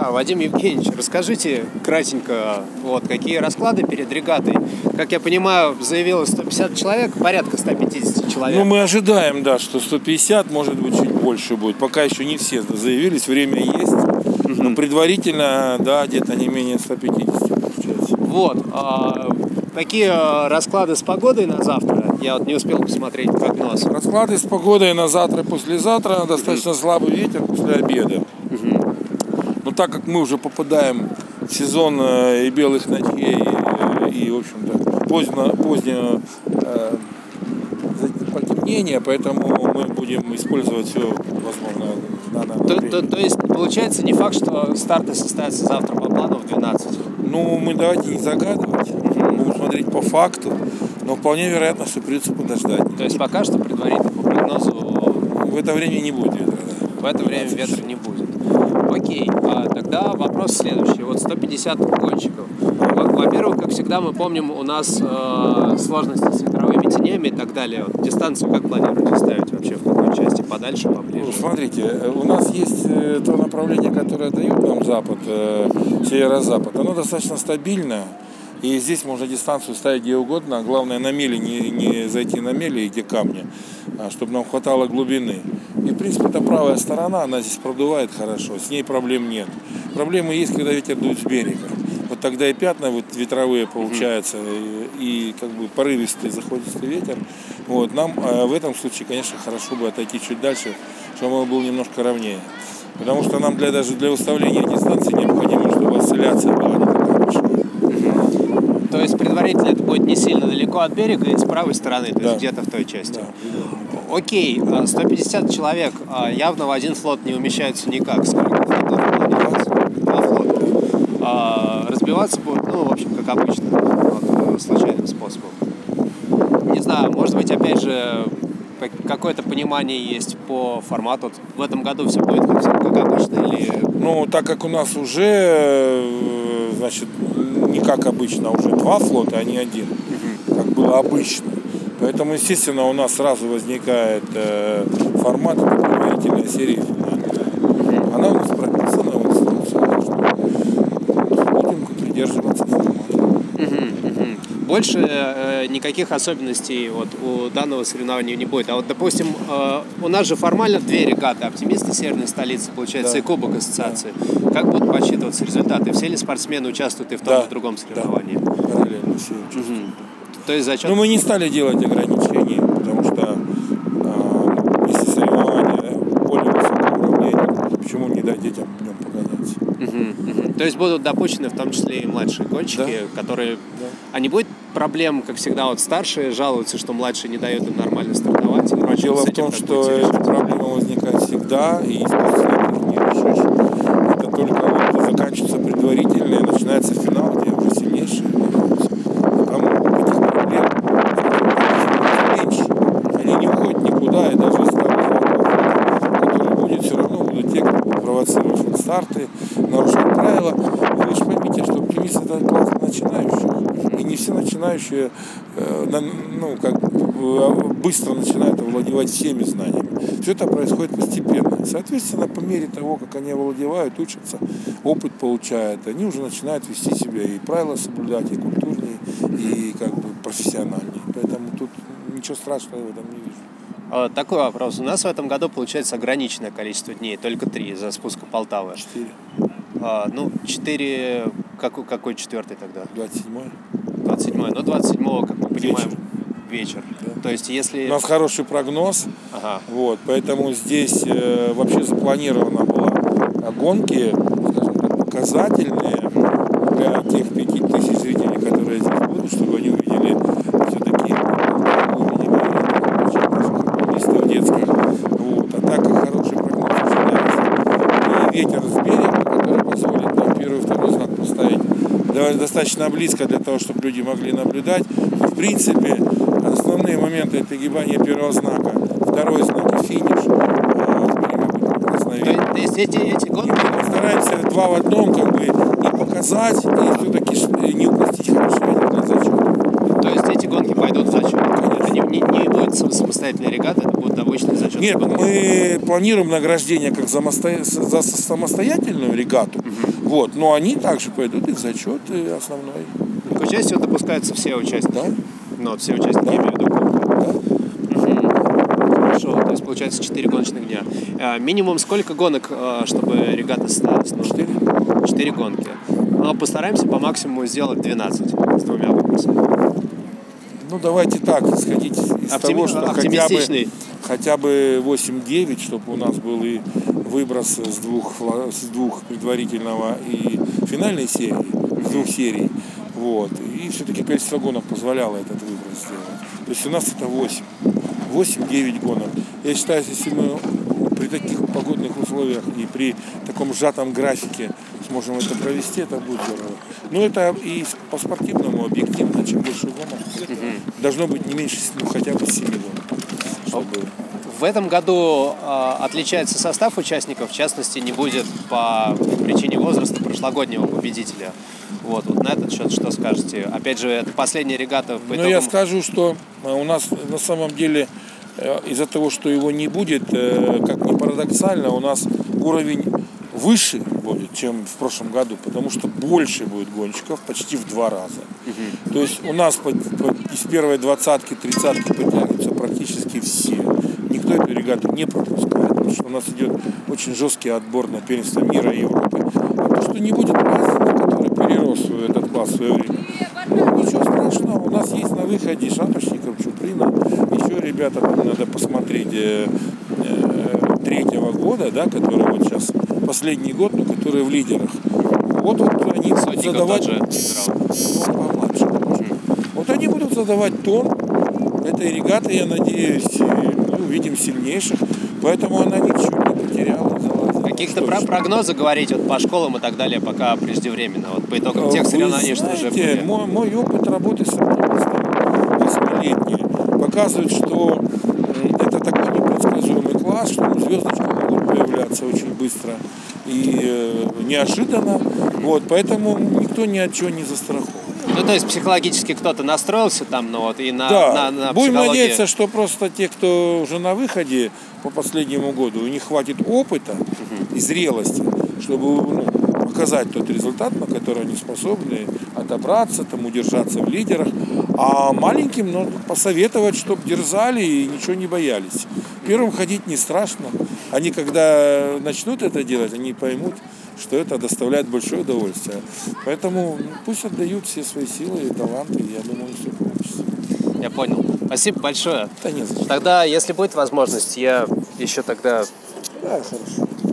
Вадим Евгеньевич, расскажите кратенько, какие расклады перед регатой. Как я понимаю, заявилось 150 человек, порядка 150 человек. Ну, мы ожидаем, да, что 150, может быть, чуть больше будет. Пока еще не все заявились, время есть. Но предварительно, да, где-то не менее 150 получается. Какие расклады с погодой на завтра? Я не успел посмотреть прогноз. Расклады с погодой на завтра и послезавтра. Достаточно слабый ветер после обеда. Но так как мы уже попадаем в сезон и белых ночей, и, в общем-то, позднее потемнение, поэтому мы будем использовать все возможное на То есть, получается, не факт, что старты состоятся завтра по плану в 12? Ну, мы давайте не загадывать, будем смотреть по факту, но вполне вероятно, что придется подождать. То есть пока что предварительно по прогнозу... В это время не будет ветра, да. В это время ветра не будет. Окей, тогда вопрос следующий. 150 гонщиков. Во-первых, как всегда, мы помним, у нас сложности с ветровыми тенями и так далее. Дистанцию как планируете ставить вообще, в какой части? Подальше, поближе? Ну, смотрите, у нас есть то направление, которое дает нам запад, северо-запад. Оно достаточно стабильное. И здесь можно дистанцию ставить где угодно. А главное, на мели не зайти на мели, где камни, чтобы нам хватало глубины. И, в принципе, это правая сторона, она здесь продувает хорошо, с ней проблем нет. Проблемы есть, когда ветер дует с берега. Вот тогда и пятна ветровые получаются, и как бы порывистый, заходистый ветер. Нам в этом случае, конечно, хорошо бы отойти чуть дальше, чтобы он был немножко ровнее. Потому что нам даже для выставления дистанции необходимо, чтобы осцилляция была не такая большая. То есть предварительно это будет не сильно далеко от берега и с правой стороны, то есть где-то в той части. Да. Окей, 150 человек, явно в один флот не умещаются никак. Сколько флотов планируется? 2 флота. Разбиваться будут, в общем, как обычно, случайным способом. Не знаю, может быть, опять же, какое-то понимание есть по формату. В этом году все будет как обычно или... Так как у нас уже, не как обычно, а уже 2 флота, а не один, как было обычно. Поэтому, естественно, у нас сразу возникает формат предварительной серии финальной. Она у нас прописана, будем придерживаться формата. Больше никаких особенностей у данного соревнования не будет. А допустим, у нас же формально 2 регаты. Оптимисты Северной столицы, получается, и Кубок ассоциации. Да. Как будут подсчитываться результаты? Все ли спортсмены участвуют и в том, и в другом соревновании? Да, параллельно все участвуют. То есть зачет... мы не стали делать ограничений, потому что если соревнования более высокого уровня, почему не дать детям в нем погоняться? То есть будут допущены в том числе и младшие гонщики, которые... Да. А не будет проблем, как всегда, старшие жалуются, что младшие не дают им нормально стартовать? Дело в том, что эта проблема возникает всегда, и естественно их не решишь. Это только заканчивается предварительно, и начинается финал, где уже сильнейшие. Там этих проблем меньше. Они не уходят никуда, и даже который будет, все равно будут те, кто будет провоцировать старты, нарушать правила. Вы же поймите, что оптимист — это класс начинающих. И не все начинающие быстро начинают овладевать всеми знаниями. Все это происходит постепенно. Соответственно, по мере того, как они овладевают, учатся, опыт получают, они уже начинают вести себя и правила соблюдать, и культурнее, и профессиональнее. Поэтому тут ничего страшного в этом не вижу. Такой вопрос. У нас в этом году получается ограниченное количество дней, только 3 за спуска Полтавы. 4. 4... Какой 4-й тогда? 27-й. 27-й. 27-го, как мы понимаем, вечер. Да. То есть если... У нас хороший прогноз, поэтому здесь вообще запланировано было гонки, скажем так, показательные для тех 5000 зрителей, которые здесь будут, чтобы они увидели все-таки футболистов детских. А так как хороший прогноз ожидается, и ветер с берега, который позволит нам первый и второй знак поставить достаточно близко для того, чтобы люди могли наблюдать. В принципе, основные моменты — это гибание первого знака, второй знак и финиш. То есть эти гонки... Мы стараемся 2 в 1 и показать, и все-таки не упустить хороший ветер для зачета. То есть эти гонки пойдут в зачет? Конечно. Они не будет самостоятельной регаты, это будет обычный зачет? Нет, мы планируем награждение как за самостоятельную регату. Вот, но они также пойдут и в зачет основной. К участию допускаются все участники? Да. Ну, вот все участники, я имею в виду. Хорошо, то есть получается 4 гоночных дня. Минимум сколько гонок, чтобы регата состоялась? 4 гонки. Но постараемся по максимуму сделать 12 с двумя выбросами. Ну, давайте так, исходить из того, что хотя бы 8-9, чтобы у нас был и выброс с двух предварительного и финальной серии, с 2 серий. Вот. И все-таки количество гонок позволяло этот выброс сделать. То есть у нас это 8-9 гонок. Я считаю, если мы при таких погодных условиях и при таком сжатом графике сможем это провести, это будет здорово. Но это и по спортивному объективно, чем больше гонок, должно быть не меньше, хотя бы 7 гонок. Чтобы... В этом году отличается состав участников, в частности, не будет по причине возраста прошлогоднего победителя. Вот на этот счет что скажете? Опять же, это последняя регата по итогам... Ну, я скажу, что у нас на самом деле из-за того, что его не будет, как ни парадоксально, у нас уровень выше будет, чем в прошлом году, потому что больше будет гонщиков, почти в 2 раза. То есть у нас из первой 20-ки, 30-ки подтянутся практически все. Никто эту регату не пропускает, потому что у нас идет очень жесткий отбор на первенство мира и Европы. А то, что не будет класса, который перерос этот класс в свое время, ну, ничего страшного. У нас есть на выходе Шапошников, Чуприна, еще ребята, там надо посмотреть 3-го года, да, который вот сейчас последний год, но которые в лидерах. Вот они будут задавать помладше. Вот они будут задавать тон этой регаты, я надеюсь, мы увидим сильнейших, поэтому она ничего не потеряла. Каких-то прогнозы говорить вот по школам и так далее пока преждевременно, вот по итогам тех соревнований, что уже были. Мой опыт работы с 8-летними показывает, что это такой непредсказуемый класс, что звездочки могут появляться очень быстро и неожиданно. Вот, поэтому никто ни от чего не застрахован. Ну, то есть психологически кто-то настроился там, ну вот, и на будем психологии... надеяться, что просто те, кто уже на выходе по последнему году, у них хватит опыта и зрелости, чтобы показать тот результат, на который они способны отобраться, там, удержаться в лидерах. А маленьким посоветовать, чтобы дерзали и ничего не боялись. Первым ходить не страшно. Они, когда начнут это делать, они поймут, что это доставляет большое удовольствие. Поэтому пусть отдают все свои силы и таланты, и я думаю, все получится. Я понял. Спасибо большое. Да не за что. Тогда, если будет возможность, я еще тогда... Да, хорошо.